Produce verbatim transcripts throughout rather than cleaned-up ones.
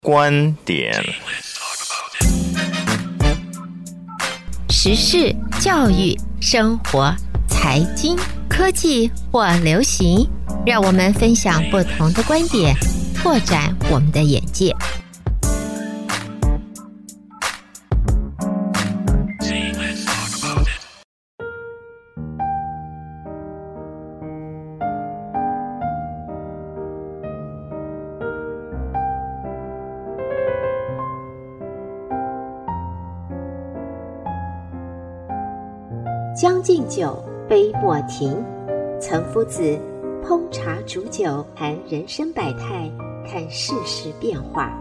观点、 时事、教育、生活、财经、科技或流行，让我们分享不同的观点，拓展我们的眼界。 将进酒，杯莫停。岑夫子烹茶煮酒，谈人生百态，看世事变化。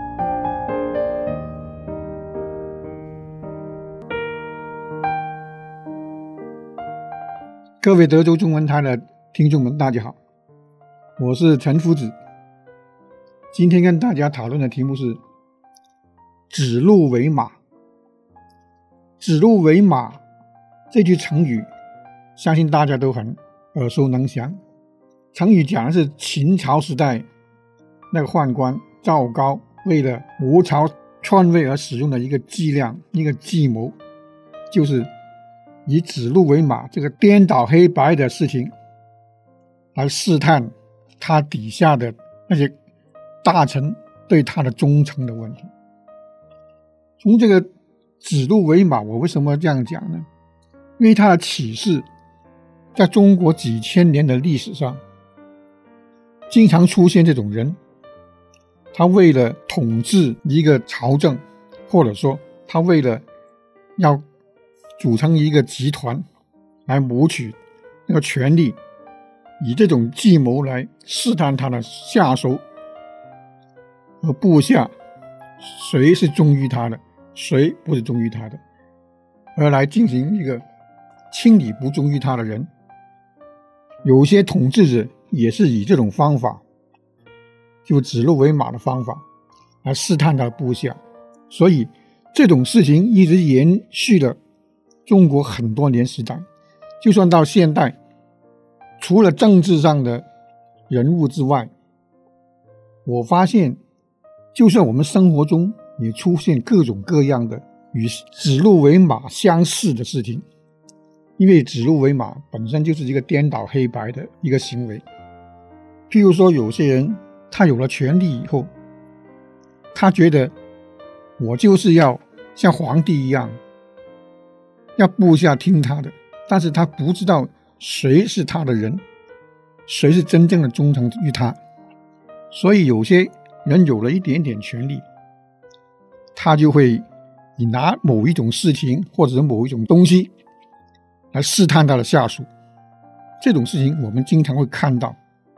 各位德州中文台的听众们，大家好，我是岑夫子。今天跟大家讨论的题目是指鹿为马。指鹿为马这句成语相信大家都很耳熟能详。成语讲的是秦朝时代那个宦官赵高为了吴朝篡位而使用的一个伎俩，一个计谋，就是以指鹿为马这个颠倒黑白的事情来试探他底下的那些大臣对他的忠诚的问题。从这个指鹿为马，我为什么这样讲呢？因为它的启示在中国几千年的历史上经常出现这种人，他为了统治一个朝政，或者说他为了要组成一个集团来谋取那个权力，以这种计谋来试探他的下属和部下谁是忠于他的，谁不是忠于他的，而来进行一个清理不忠于他的人。有些统治者也是以这种方法，就指鹿为马的方法来试探他的部下，所以这种事情一直延续了中国很多年时代。就算到现代，除了政治上的人物之外，我发现就算我们生活中也出现各种各样的与指鹿为马相似的事情。因为指鹿为马本身就是一个颠倒黑白的一个行为。譬如说有些人他有了权力以后，他觉得我就是要像皇帝一样，要部下听他的，但是他不知道谁是他的人，谁是真正的忠诚于他。所以有些人有了一点点权力，他就会以拿某一种事情或者是某一种东西来试探他的下属，这种事情我们经常会看到。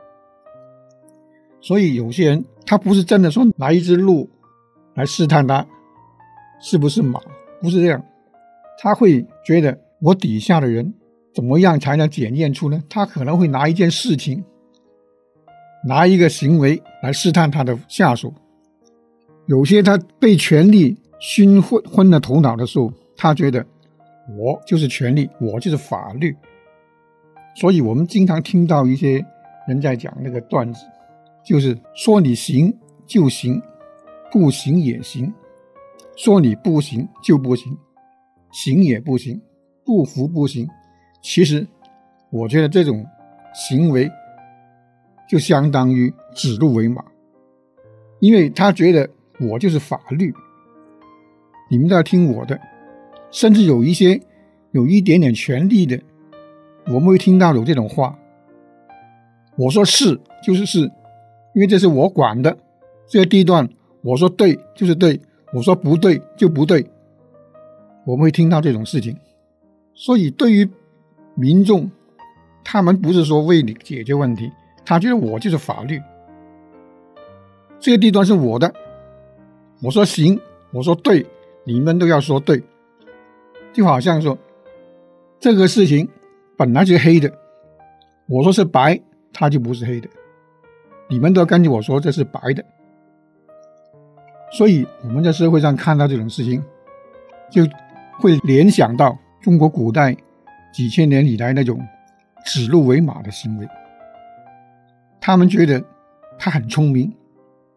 所以有些人他不是真的说拿一只鹿来试探他是不是马，不是这样，他会觉得我底下的人怎么样才能检验出呢？他可能会拿一件事情，拿一个行为来试探他的下属。有些他被权力熏昏了头脑的时候，他觉得我就是权力，我就是法律。所以我们经常听到一些人在讲那个段子，就是说你行就行，不行也行，说你不行就不行，行也不行，不服不行。其实我觉得这种行为就相当于指鹿为马，因为他觉得我就是法律，你们都要听我的。甚至有一些有一点点权力的，我们会听到有这种话，我说是就是是，因为这是我管的，这个地段我说对就是对，我说不对就不对，我们会听到这种事情。所以对于民众，他们不是说为你解决问题，他觉得我就是法律，这个地段是我的，我说行我说对，你们都要说对。就好像说这个事情本来是黑的，我说是白，它就不是黑的，你们都要跟着我说这是白的。所以我们在社会上看到这种事情，就会联想到中国古代几千年以来那种指鹿为马的行为。他们觉得他很聪明，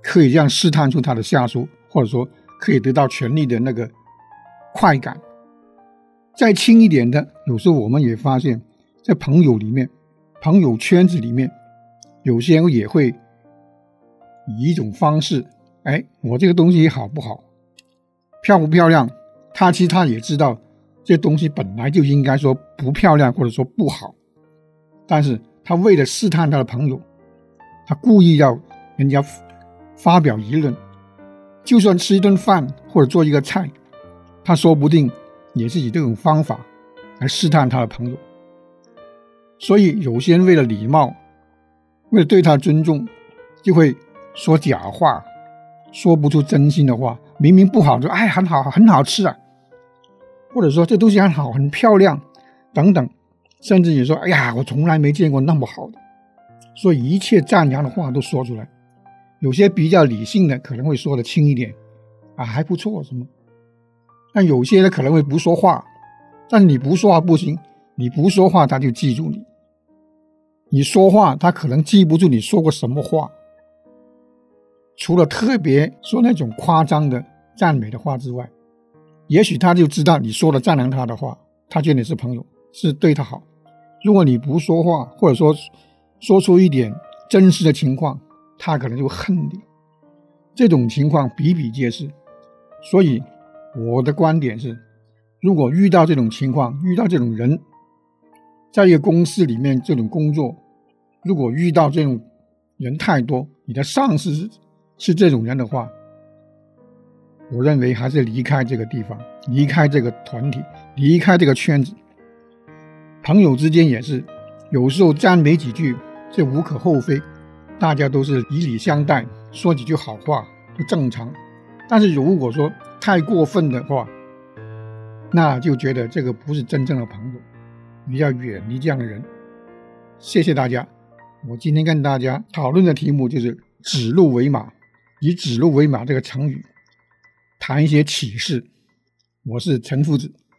可以这样试探出他的下属，或者说可以得到权力的那个快感。再轻一点的，有时候我们也发现在朋友里面，朋友圈子里面，有些人也会以一种方式，哎，我这个东西好不好，漂不漂亮，他其实他也知道这东西本来就应该说不漂亮或者说不好，但是他为了试探他的朋友，他故意要人家发表议论，就算吃一顿饭或者做一个菜，他说不定也是以这种方法来试探他的朋友。所以有些人为了礼貌，为了对他尊重，就会说假话，说不出真心的话，明明不好就哎很好很好吃啊，或者说这东西很好很漂亮等等，甚至也说哎呀我从来没见过那么好的，所以一切赞扬的话都说出来。有些比较理性的可能会说的轻一点啊还不错什么，但有些的可能会不说话，但是你不说话不行，你不说话他就记住你，你说话他可能记不住你说过什么话，除了特别说那种夸张的赞美的话之外，也许他就知道你说了赞扬他的话，他觉得你是朋友，是对他好。如果你不说话，或者说说出一点真实的情况，他可能就恨你。这种情况比比皆是。所以我的观点是，如果遇到这种情况，遇到这种人，在一个公司里面这种工作，如果遇到这种人太多，你的上司是是这种人的话，我认为还是离开这个地方，离开这个团体，离开这个圈子。朋友之间也是，有时候赞美几句这无可厚非，大家都是以礼相待，说几句好话不正常。但是如果说太过分的话，那就觉得这个不是真正的朋友，比较远离这样的人。谢谢大家。我今天跟大家讨论的题目就是指鹿为马，以指鹿为马这个成语谈一些启示。我是陈夫子。